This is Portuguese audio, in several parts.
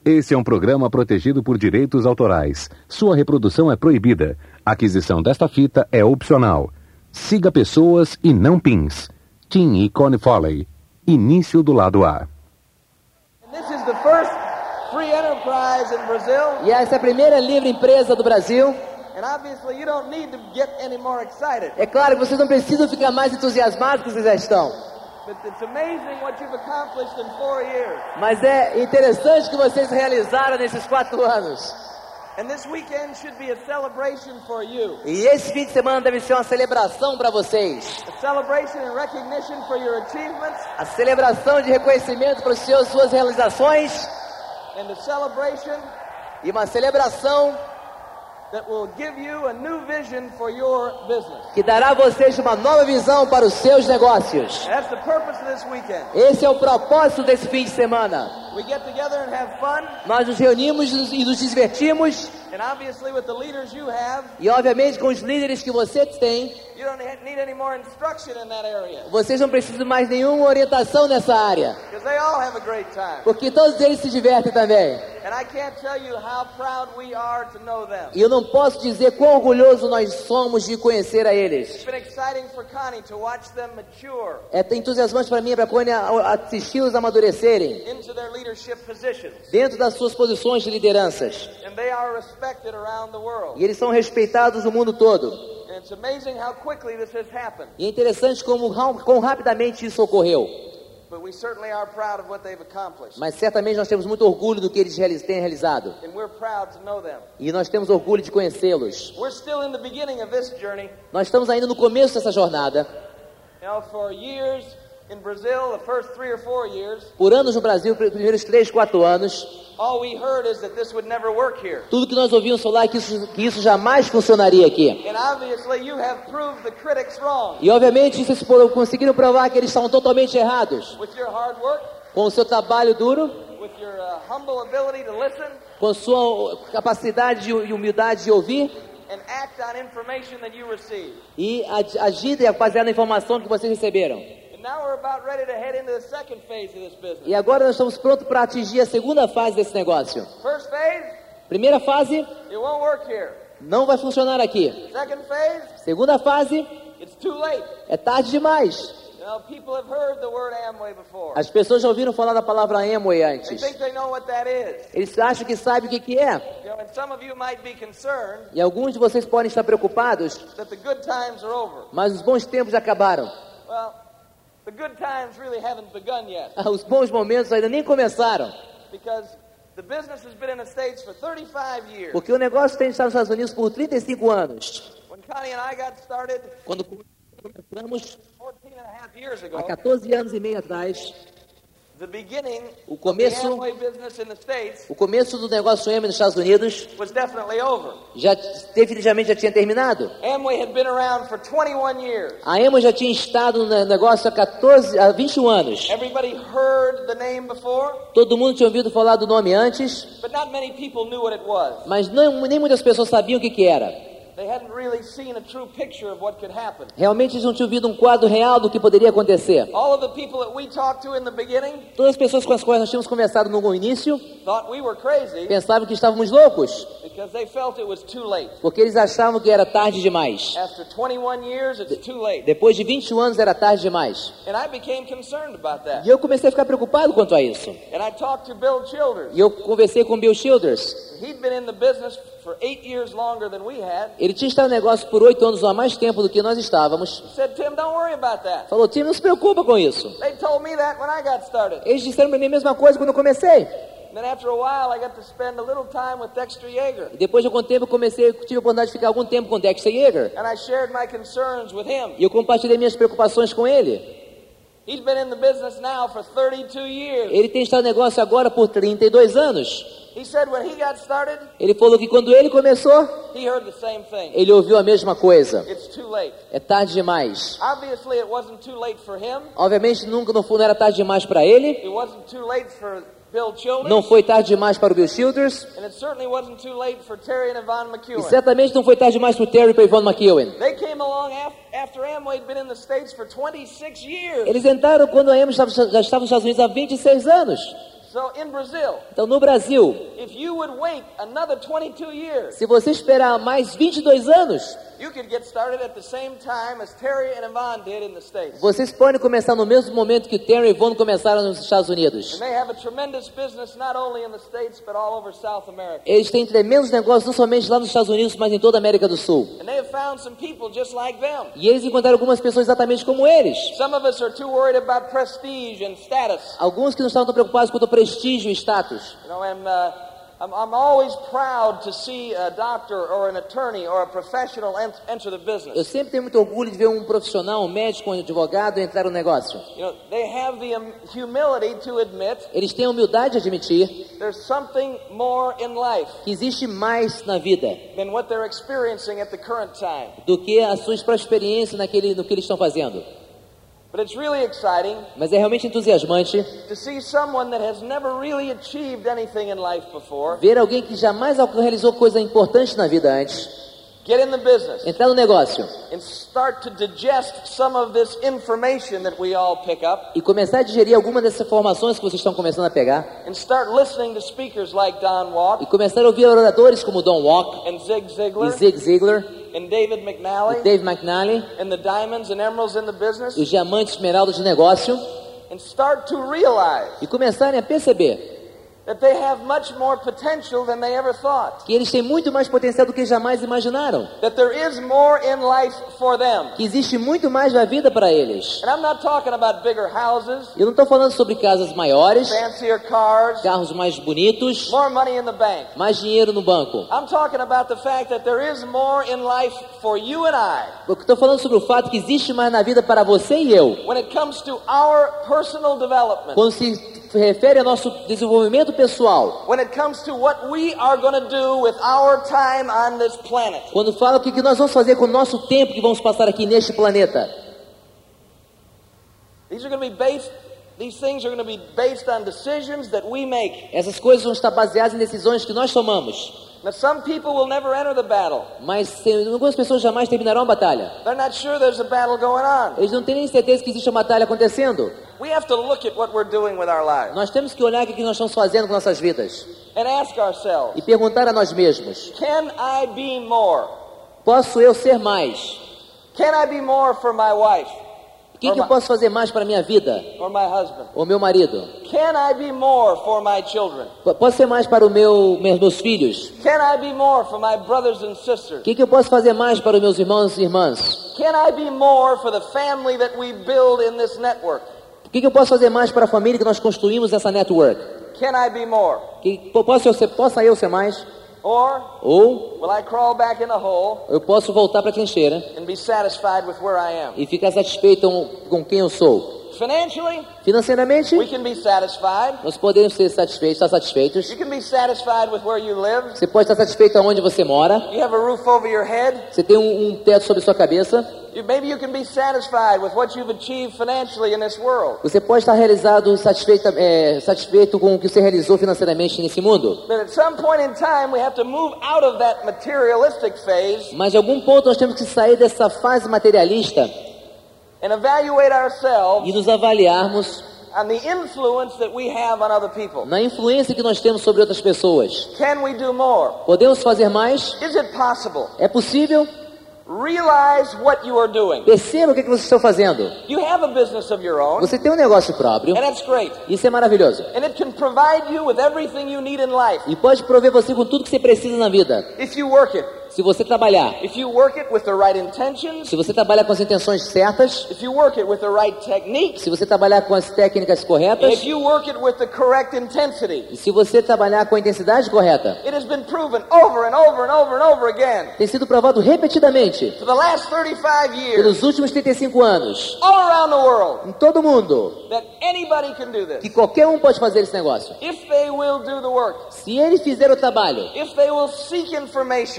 Esse é um programa protegido por direitos autorais. Sua reprodução é proibida. A aquisição desta fita é opcional. Siga pessoas e não pins. Tim e Connie Foley. Início do lado A. E essa é a primeira livre empresa do Brasil. É claro que vocês não precisam ficar mais entusiasmados que vocês já estão. Mas é interessante o que vocês realizaram nesses 4 anos. E esse fim de semana deve ser uma celebração para vocês. A celebração de reconhecimento para suas realizações. E uma celebração que dará a vocês uma nova visão para os seus negócios. Esse é o propósito desse fim de semana. Nós nos reunimos e nos divertimos. E obviamente com os líderes que você tem, vocês não precisam mais nenhuma orientação nessa área, porque todos eles se divertem também. E eu não posso dizer quão orgulhoso nós somos de conhecer a eles. É entusiasmante para mim e para a Connie assisti-los amadurecerem dentro das suas posições de lideranças. E eles são respeitados no mundo todo. E é interessante quão rapidamente isso ocorreu. Mas certamente nós temos muito orgulho do que eles têm realizado. E nós temos orgulho de conhecê-los. Nós estamos ainda no começo dessa jornada. Por anos no Brasil, primeiros 3, 4 anos, tudo que nós ouvimos falar é que isso jamais funcionaria aqui. E obviamente vocês conseguiram provar que eles estavam totalmente errados. Com o seu trabalho duro, com sua capacidade e humildade de ouvir, e agir baseado na informação que vocês receberam. E agora nós estamos prontos para atingir a segunda fase desse negócio. Primeira fase, não vai funcionar aqui. Segunda fase, é tarde demais. As pessoas já ouviram falar da palavra Amway antes. Eles acham que sabem o que é. E alguns de vocês podem estar preocupados, mas os bons tempos já acabaram. Os bons momentos ainda nem começaram. Porque o negócio tem estado nos Estados Unidos por 35 anos. Quando começamos há 14 anos e meio atrás, o começo do negócio Amway nos Estados Unidos definitivamente já tinha terminado. A Amway já tinha estado no negócio há 21 anos. Todo mundo tinha ouvido falar do nome antes, mas nem muitas pessoas sabiam o que era. Realmente eles não tinham visto um quadro real do que poderia acontecer. Todas as pessoas com as quais nós tínhamos conversado no início pensavam que estávamos loucos, porque eles achavam que era tarde demais. Depois de 21 anos era tarde demais. E eu comecei a ficar preocupado quanto a isso. E eu conversei com Bill Childers. Ele tinha estado no negócio por 8 anos ou há mais tempo do que nós estávamos. Falou, Tim, não se preocupa com isso. Eles disseram para mim a mesma coisa quando eu comecei. E depois de algum tempo tive a oportunidade de ficar algum tempo com Dexter Yeager. E eu compartilhei minhas preocupações com ele. Ele tem estado no negócio agora por 32 anos. Ele falou que quando ele começou, ele ouviu a mesma coisa. É tarde demais. Obviamente não era tarde demais para ele. Não foi tarde demais para o Bill Childers. E certamente não foi tarde demais para o Terry e para o Yvonne McEwen. Eles entraram quando a Amway já estava nos Estados Unidos há 26 anos. So, in Brazil, então no Brasil, if you would wait another 22 years, se você esperar mais 22 anos, you could get started at the same time as Terry and Yvonne did in the States. Vocês podem começar no mesmo momento que Terry e Yvonne começaram nos Estados Unidos. And they have a tremendous business not only in the States but all over South America. Eles têm tremendos negócios não somente lá nos Estados Unidos, mas em toda a América do Sul. And they have found some people just like them. E eles encontraram algumas pessoas exatamente como eles. Some of us are too worried about prestige and status. Alguns que não estavam tão preocupados quanto ao prestígio e status. You know, I'm always proud to see a doctor or an attorney or a professional enter the business. Eu sempre tenho muito orgulho de ver um profissional, um médico, um advogado entrar no negócio. You know, they have the humility to admit. Eles têm a humildade de admitir. There's something more in life. Que existe mais na vida. Than what they're experiencing at the current time. Do que a sua própria experiência no que eles estão fazendo. But it's really exciting. Mas é realmente entusiasmante to see someone that has never really achieved anything in life before. Ver alguém que jamais realizou coisa importante na vida antes. Get in the business. Entrar no negócio. And start to digest some of this information that we all pick up. E começar a digerir algumas dessas informações que vocês estão começando a pegar. And start listening to speakers like Don Walk. E começar a ouvir oradores como Don Walk. And Zig Ziglar. E Zig Ziglar. And David McNally. E Dave McNally. And the diamonds and emeralds in the business. Os diamantes esmeraldas de negócio. And start to realize. E começarem a perceber that they have much more potential than they ever thought. Que eles têm muito mais potencial do que jamais imaginaram. That there is more in life for them. Que existe muito mais na vida para eles. And I'm not talking about bigger houses. Eu não estou falando sobre casas maiores. Fancier cars. Carros mais bonitos. More money in the bank. Mais dinheiro no banco. I'm talking about the fact that there is more in life for you and I. Eu estou falando sobre o fato que existe mais na vida para você e eu. When it comes to our personal development. Quando se refere ao nosso desenvolvimento pessoal. When it comes to what we are going to do with our time on this planet. Quando fala o que nós vamos fazer com o nosso tempo que vamos passar aqui neste planeta. These things are going to be based on decisions that we make. Essas coisas vão estar baseadas em decisões que nós tomamos. Now, some people will never enter the battle. Mas algumas pessoas jamais terminarão a batalha. They're not sure there's a battle going on. Eles não têm nem certeza que existe uma batalha acontecendo. We have to look at what we're doing with our lives. Nós temos que olhar o que nós estamos fazendo com nossas vidas. And ask ourselves. E perguntar a nós mesmos. Can I be more? Posso eu ser mais? Can I be more for my wife? O que eu posso fazer mais para minha vida? Or my husband? Ou meu marido? Can I be more for my children? Posso ser mais para meus filhos? Can I be more for my brothers and sisters? O que eu posso fazer mais para os meus irmãos e irmãs? Can I be more for the family that we build in this network? O que eu posso fazer mais para a família que nós construímos nessa network? Can I be more? Possa eu ser mais? Ou will I crawl back in the hole? Eu posso voltar para a trincheira and be satisfied with where I am? E ficar satisfeito com quem eu sou. Financeiramente, we can be satisfied. Nós podemos estar satisfeitos. You can be satisfied with where you live. Você pode estar satisfeito aonde você mora. You have a roof over your head. Você tem um teto sobre sua cabeça. Maybe you can be satisfied with what you've achieved financially in this world. Você pode estar satisfeito com o que você realizou financeiramente nesse mundo. But at some point in time we have to move out of that materialistic phase. Mas em algum ponto nós temos que sair dessa fase materialista. And evaluate ourselves. E nos avaliarmos on the influence that we have on other people. Na influência que nós temos sobre outras pessoas. Can we do more? Podemos fazer mais? Is it possible? É possível? Realize what you are doing. Perceba o que vocês estão fazendo. You have a business of your own. Você tem um negócio próprio. And that's great. Isso é maravilhoso. And it can provide you with everything you need in life. E pode prover você com tudo que você precisa na vida. If you work it. Se você trabalhar, if you work it with the right intentions, se você trabalhar com as intenções certas, if you work it with the right technique, se você trabalhar com as técnicas corretas, if you work it with the correct intensity, e se você trabalhar com a intensidade correta, it has been proven over and over and over and over again. Tem sido provado repetidamente. For the last 35 years, pelos últimos 35 anos, all around the world, em todo o mundo, that anybody can do this. Que qualquer um pode fazer esse negócio. If they will do the work, se ele fizer o trabalho, if they will seek information, se ele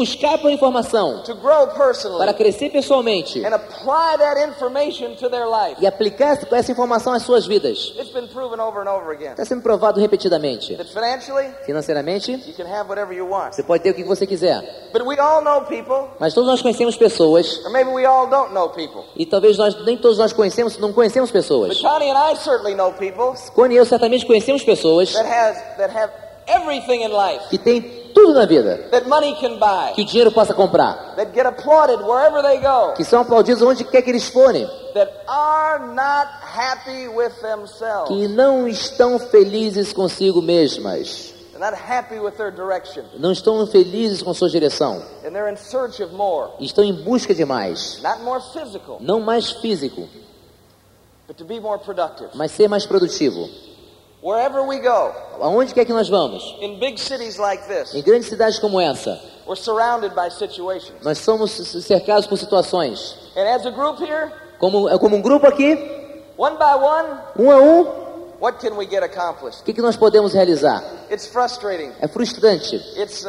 buscar por informação, to grow personally, para crescer pessoalmente and apply that information to their life. e aplicar essa informação às suas vidas. It's been proven over and over again Está sendo provado repetidamente. that financially, Financeiramente, you can have whatever you want. você pode ter o que você quiser. But we all know people, Mas todos nós conhecemos pessoas, or maybe we all don't know people. e talvez nem todos nós não conhecemos pessoas. But Connie and I certainly know people Cone e eu certamente conhecemos pessoas that have everything in life que têm tudo na vida, that money can buy, que o dinheiro possa comprar, that get applauded wherever they go, que são aplaudidos onde quer que eles forem, that are not happy with themselves. que não estão felizes consigo mesmas, They're not happy with their direction. não estão felizes com sua direção, And they're in search of more. e estão em busca de mais, Not more physical, não mais físico, but to be more productive. mas ser mais produtivo. Wherever we go, Aonde quer que nós vamos? in big cities like this, Em grandes cidades como essa, we're surrounded by situations. nós somos cercados por situações. And as a group here, Como um grupo aqui, one by one, um a um, what can we get accomplished? o que nós podemos realizar? It's frustrating. É frustrante. It's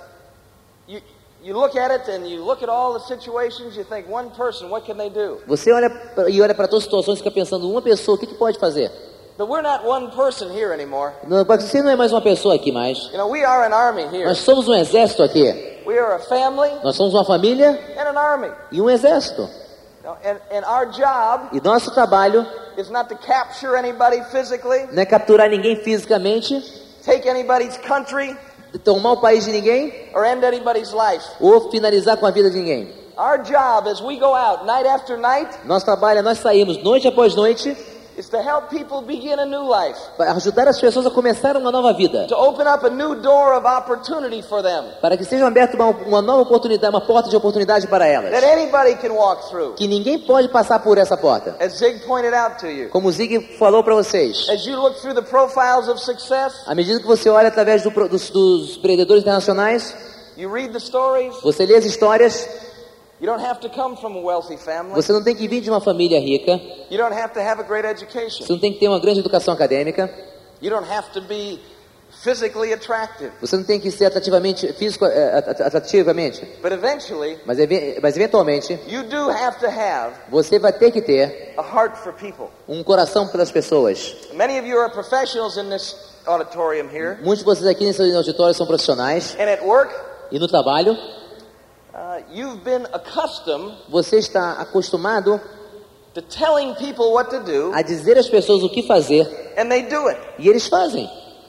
you look at it and you look at all the situations, you think one person, what can they do? Você olha para todas as situações e fica pensando, uma pessoa, o que pode fazer? But we're not one person here anymore. Você não é mais uma pessoa aqui mais. You know, we are an army here. Nós somos um exército aqui. We are a family Nós somos uma família and an army. e um exército. You know, and our job E nosso trabalho is not to capture anybody physically, não é capturar ninguém fisicamente, take anybody's country, tomar o país de ninguém or end anybody's life. ou finalizar com a vida de ninguém. Our job as we go out night after night Nosso trabalho é nós sairmos noite após noite is to help people begin a new life, para ajudar as pessoas a começar uma nova vida, to open up a new door of opportunity for them para que seja aberta uma nova oportunidade, uma porta de oportunidade para elas, that anybody can walk through. que ninguém pode passar por essa porta. As Zig pointed out to you, Como o Zig falou para vocês, as you look through the profiles of success, à medida que você olha através dos empreendedores internacionais, you read the stories, você lê as histórias, you don't have to come from a wealthy family, você não tem que vir de uma família rica, you don't have to have a great education, você não tem que ter uma grande educação acadêmica, you don't have to be physically attractive, você não tem que ser atrativamente, but eventually mas eventualmente you do have to have você vai ter que ter a heart for people. um coração pelas pessoas. Many of you are professionals in this auditorium here, Muitos de vocês aqui nesse auditório são profissionais and at work, e no trabalho you've been accustomed você está acostumado to telling people what to do, a dizer às pessoas o que fazer and they do it. e eles fazem.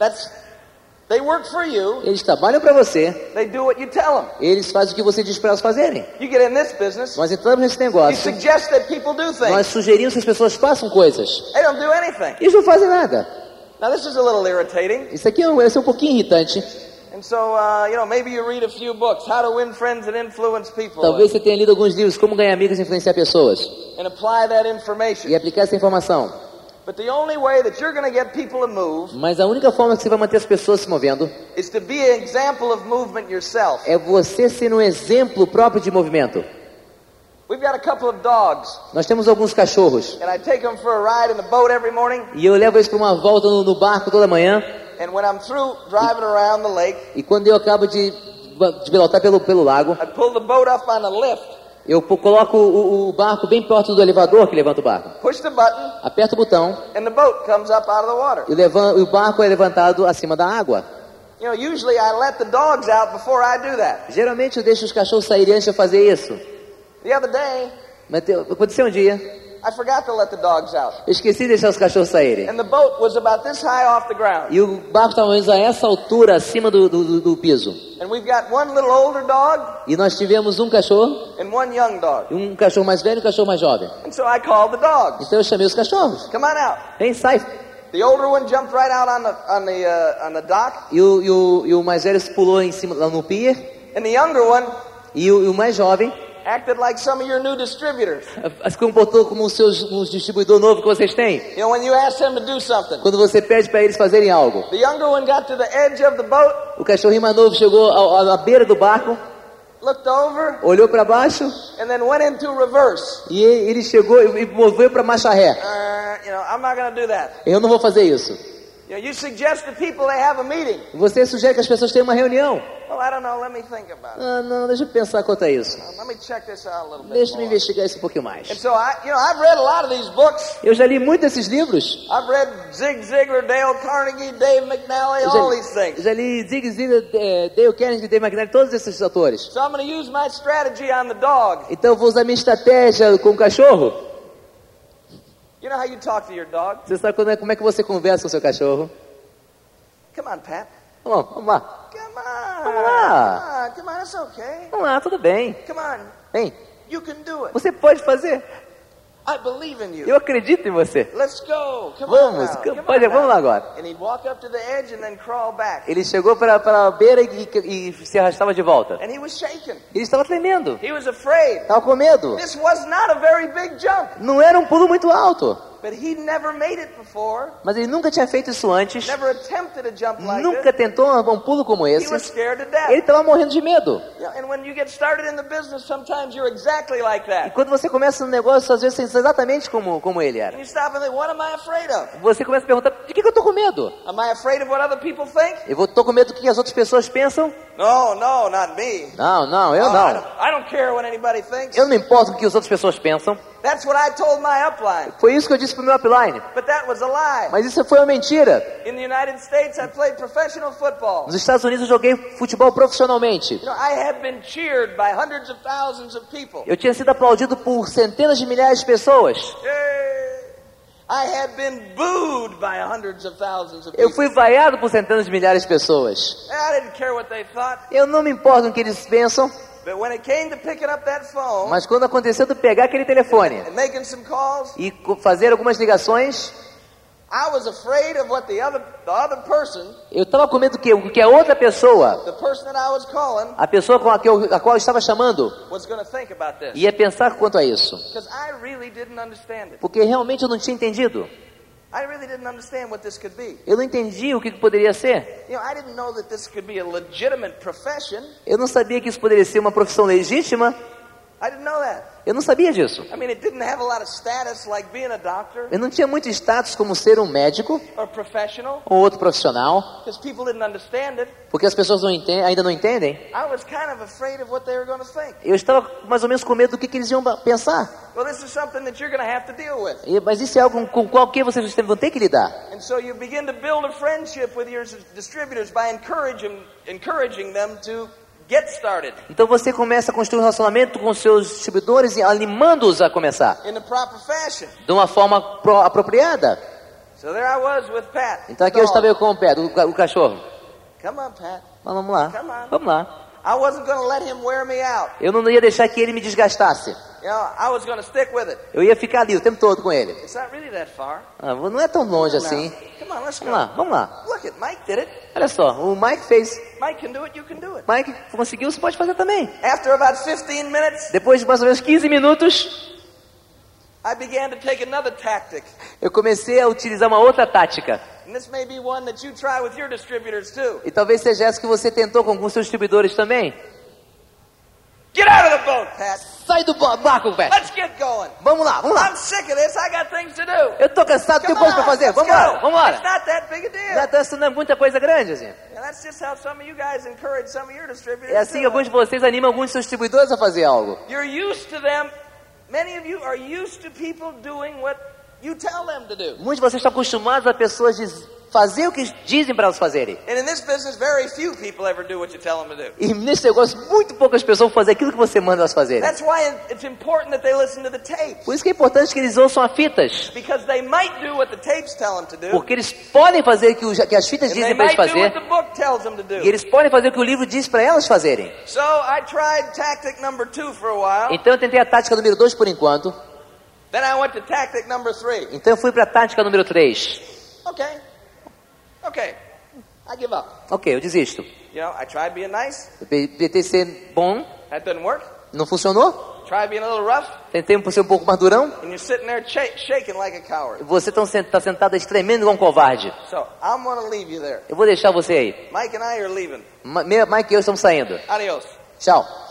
They work for you, Eles trabalham para você, they do what you tell them. eles fazem o que você diz para elas fazerem. You get in this business, Nós entramos nesse you negócio, suggest that people do nós things. sugerimos que as pessoas façam coisas. They don't do anything. Eles não fazem nada. Now this is a little irritating. Isso aqui vai ser um pouquinho irritante. And so, maybe you read a few books, How to Win Friends and Influence People, Talvez você tenha lido alguns livros, Como Ganhar Amigos e Influenciar Pessoas, and apply that e information. aplicar essa informação. But the only way that you're going to get people to move Mas a única forma que você vai manter as pessoas se movendo is to be an example of movement yourself. é você ser um exemplo próprio de movimento. We've got a couple of dogs, Nós temos alguns cachorros and I take them for a ride in the boat every morning, e eu levo eles para uma volta no barco toda manhã, and when I'm through driving around the lake, e quando eu acabo de pilotar pelo lago, I pull the boat up on a lift, eu coloco o barco bem perto do elevador que levanta o barco. push the button, Aperto o botão and the boat comes up out of the water. e o barco é levantado acima da água. You know, usually I let the dogs out before I do that. Geralmente eu deixo os cachorros saírem antes de eu fazer isso. The other day, Mas aconteceu um dia, I forgot to let the dogs out, eu esqueci de deixar os cachorros saírem. and the boat was about this high off the ground. E o barco estava mais ou menos a essa altura, acima do piso. And we've got one little older dog E nós tivemos um cachorro, and one young dog. um cachorro mais velho e um cachorro mais jovem. And so I called the dogs. Então eu chamei os cachorros. Come on out. Vem, sai. The older one jumped right out on the dock, E o mais velho pulou em cima, lá no pier. and the younger one E o mais jovem acted like some of your new distributors. se comportou como um distribuidor novo que vocês têm. You know, when you ask them to do something. Quando você pede para eles fazerem algo. The younger one got to the edge of the boat, O cachorrinho mais novo chegou à beira do barco, looked over, olhou para baixo and then went into reverse. e ele chegou e moveu para marcha ré. I'm not going to do that. Eu não vou fazer isso. You suggest to people they have a meeting. Você sugere que as pessoas tenham uma reunião. Well, I don't know. Let me think about it. Não, deixa eu pensar quanto a isso. Let me check this out a little bit Deixa eu more. investigar isso um pouquinho mais. And so I've read a lot of these books. Eu já li muito desses livros. I've read Zig Ziglar, Dale Carnegie, Dave McNally, all these things. Já li Zig Ziglar, Dale Carnegie, Dave McNally, todos esses autores. So I'm going to use my strategy on the dog. Então eu vou usar minha estratégia com o cachorro. You know how you talk to your dog? Você sabe como é que você conversa com o seu cachorro? Come on, Pat. Vamos lá. Come on. Vamos lá. Come on, it's okay. Vamos lá, tudo bem. Come on. Vem, You can do it. você pode fazer. I believe in you. Eu acredito em você. Let's go. Come Vamos, on. Now. vamos lá agora. And he'd walk up to the edge and then crawl back. Ele chegou para a beira e se arrastava de volta. And he was shaking. Ele estava tremendo. He was afraid. Estava com medo. This was not a very big jump. Não era um pulo muito alto. But he'd never made it before. Mas ele nunca tinha feito isso antes. Never attempted a jump like Nunca this. tentou um pulo como He esse. was scared to death. Ele estava morrendo de medo. And when you get started in the business, sometimes you're exactly like E that. quando você começa um negócio, às vezes você é exatamente como ele And era. you stop and think, what am I afraid of? Você começa a perguntar, de que eu estou com medo? Am I afraid of what other people think? Eu estou com medo do que as outras pessoas pensam? No, not me. Não, eu Oh, não. I don't care what anybody thinks. Eu não me importo com o que as outras pessoas pensam. That's what I told my upline. Foi isso que eu disse pro meu upline. But that was a lie. Mas isso foi uma mentira. In the United States, I played professional football. Nos Estados Unidos eu joguei futebol profissionalmente. You know, I had been cheered by hundreds of thousands of people. Eu tinha sido aplaudido por centenas de milhares de pessoas. Yay! I had been booed by hundreds of thousands of Eu people. fui vaiado por centenas de milhares de pessoas. I didn't care what they thought. Eu não me importo com o que eles pensam. But when it came to picking up that phone Mas quando aconteceu de pegar aquele telefone and making some calls, e fazer algumas ligações, I was afraid of what the other person, eu estava com medo que a outra pessoa, the person that I was calling, a pessoa com a qual eu estava chamando, was going to think about this. ia pensar quanto a isso. Because I really didn't understand it. Porque realmente eu não tinha entendido. I really didn't understand what this could be. Eu não entendi o que poderia ser. You know, I didn't know that this could be a legitimate profession. Eu não sabia que isso poderia ser uma profissão legítima. I didn't know that. Eu não sabia disso. I mean, it didn't have a lot of status like being a doctor Eu não tinha muito status como ser um médico or professional, ou outro profissional, because people didn't understand it. porque as pessoas ainda não entendem. I was kind of afraid of what they were going to think. Eu estava mais ou menos com medo do que eles iam pensar. Well, this is something that you're going to have to deal with. Mas isso é algo com qual que vocês vão ter que lidar. And so you begin to build a friendship with your distributors by encouraging them to get started Então você começa a construir um relacionamento com seus distribuidores e animando-os a começar in the proper fashion. de uma forma apropriada. So there I was with Pat. Então aqui eu estava eu com o pé, o cachorro. Come on, Pat. Vamos lá, vamos lá. I wasn't going to let him wear me out. Eu não ia deixar que ele me desgastasse. You know, I was going to stick with it. Eu ia ficar ali o tempo todo com ele. It's not really that far. Não é tão longe assim. Come on, let's go. Vamos lá. Look it, Mike did it. Olha só, o Mike fez. Mike can do it, you can do it. Mike conseguiu, você pode fazer também. After about 15 minutes, Depois de mais ou menos 15 minutos, I began to take another tactic. eu comecei a utilizar uma outra tática. And this may be one that you try with your distributors too. E talvez seja essa que você tentou com alguns seus distribuidores também. Get out of the boat, Pat. Sai do barco, velho. Let's get going. Vamos lá, vamos lá. I'm sick of this. I got things to do. Eu tô cansado, tenho coisa pra fazer. let's Vamos go. lá, vamos It's lá. not that big a deal. Isso não é muita coisa grande, assim. And that's just how some of you guys encourage some of your distributors É assim to que do alguns it. de vocês animam alguns de seus distribuidores a fazer algo. You're used to them. Many of you are used to people doing what you tell them to do. Muitos de vocês estão acostumados a pessoas fazer o que dizem para elas fazerem. And in this business, very few people ever do what you tell them to do. E nesse negócio, muito poucas pessoas vão fazer aquilo que você manda elas fazerem. That's why it's important that they listen to the tapes. Por isso que é importante que eles ouçam as fitas. Because they might do what the tapes tell them to do. Porque eles podem fazer o que as fitas And they dizem para eles might do what fazer. the book tells them to do. E eles podem fazer o que o livro diz para elas fazerem. So I tried tactic number 2 for a while. Então eu tentei a tática número 2 por enquanto. Then I went to tactic number 3. Então eu fui para a tática número 3. Okay. I give up. Ok, eu desisto. You know, I tried being nice. Eu tentei ser bom, That didn't work. não funcionou. Try being a little rough. Tentei ser um pouco mais durão. And you're sitting there shaking like a coward. Você está sentado aí tremendo igual um covarde. So I'm going to leave you there. Eu vou deixar você aí. Mike and I are leaving. Mike e eu estamos saindo. Adios. Tchau.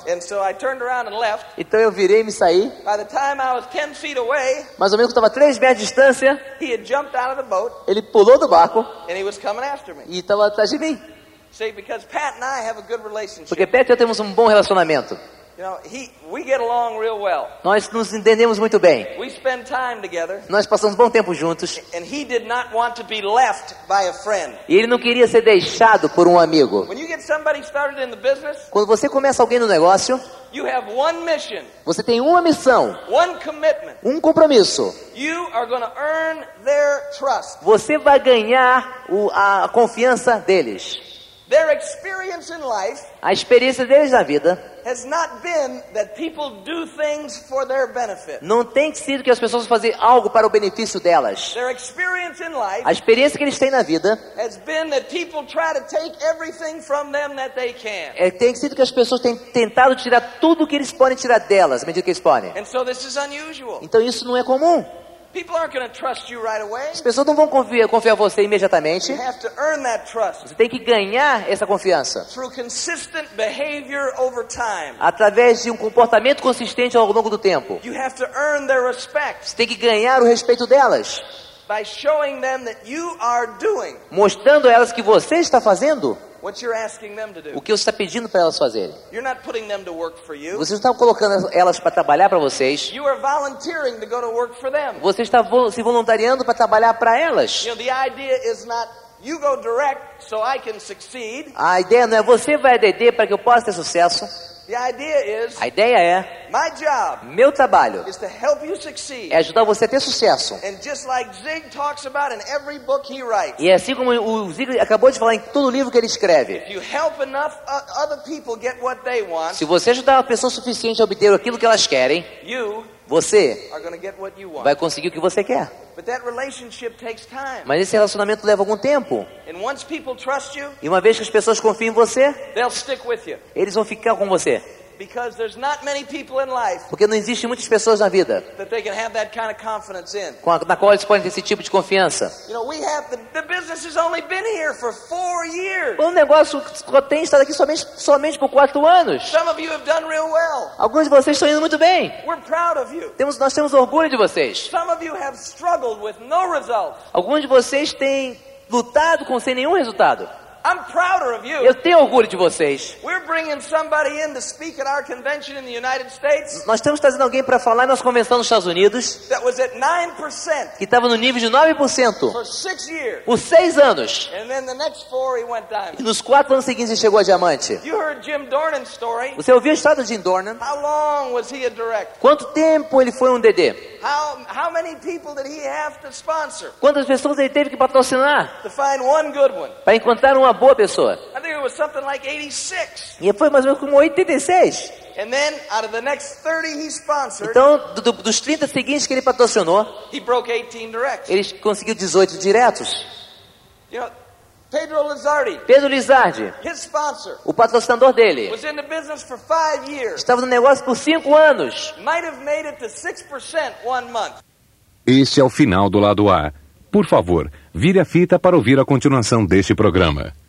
And so I turned around and left. Então eu virei e me saí. By the time I was 10 feet away, Mais ou menos quando estava 3 metros de distância, he had jumped out of the boat ele pulou do barco and he was coming after me. e estava atrás de mim. See, because Pat and I have a good relationship. Porque Pat e eu temos um bom relacionamento. You know, we get along real well. Nós nos entendemos muito bem. We spend time together. Nós passamos bom tempo juntos. And he did not want to be left by a friend. E ele não queria ser deixado por um amigo. When you get somebody started in the business, Quando você começa alguém no negócio, you have one mission, você tem uma missão, one commitment. um compromisso. You are going to earn their trust. Você vai ganhar a confiança deles. Their experience in life A experiência deles na vida has not been that people do things for their benefit. não tem sido que as pessoas façam algo para o benefício delas. Their experience in life A experiência que eles têm na vida has been that people try to take everything from them that they can. tem sido que as pessoas têm tentado tirar tudo o que eles podem tirar delas, à medida que eles podem. And so this is unusual. Então isso não é comum. People aren't going to trust you right away. As pessoas não vão confiar em você imediatamente. You have to earn that trust Você tem que ganhar essa confiança through consistent behavior over time. através de um comportamento consistente ao longo do tempo. You have to earn their respect Você tem que ganhar o respeito delas, by showing them that you are doing mostrando a elas que você está fazendo what you're asking them to do. o que você está pedindo para elas fazerem. You're not putting them to work for you. Você está colocando elas para trabalhar para vocês. You are volunteering to go to work for them. Você está se voluntariando para trabalhar para elas. You know, the idea is not you go direct so I can succeed. A ideia não é você vai ADD para que eu possa ter sucesso. The idea is A ideia é, my job meu trabalho is to help you succeed. é ajudar você a ter sucesso. And just like Zig talks about in every book he writes, E assim como o Zig acabou de falar em todo livro que ele escreve, if you help enough other people get what they want, se você ajudar a pessoa suficiente a obter aquilo que elas querem, you você are going to get what you want. vai conseguir o que você quer. But that relationship takes time. Mas esse relacionamento leva algum tempo. And once people trust you, E uma vez que as pessoas confiam em você, they'll stick with you. eles vão ficar com você. Because there's not many people in life Porque não existe muitas pessoas na vida that they can have that kind of confidence in. na qual eles podem ter esse tipo de confiança. You know, we have the business has only been here for 4 years. O negócio só tem estado aqui somente por 4 anos. Some of you have done real well. Alguns de vocês estão indo muito bem. We're proud of you. Nós temos orgulho de vocês. Some of you have struggled with no results. Alguns de vocês têm lutado sem nenhum resultado. I'm prouder of you. Eu tenho orgulho de vocês. We're bringing somebody in to speak at our convention in the United States Nós estamos trazendo alguém para falar na nossa convenção nos Estados Unidos that was at 9% que estava no nível de 9% for 6 years. por 6 anos. And then the next 4 he went E diamond. nos 4 anos seguintes ele chegou a diamante. You heard Jim Dornan's story. Você ouviu a história do Jim Dornan? How long was he a director? Quanto tempo ele foi um DD? How many people did he have to sponsor Quantas pessoas ele teve que patrocinar to find one good one? para encontrar uma boa pessoa? I think it was something like 86. E foi mais ou menos como 86. And then out of the next 30 he sponsored, Então, dos 30 seguintes que ele patrocinou, he broke 18 directs. ele conseguiu 18 diretos. You know, Pedro Lizardi, Pedro Lizardi, his sponsor, o patrocinador dele, was in the business for 5 years. estava no negócio por 5 anos. Might have made it to 6% one month. Este é o final do lado A. Por favor, vire a fita para ouvir a continuação deste programa.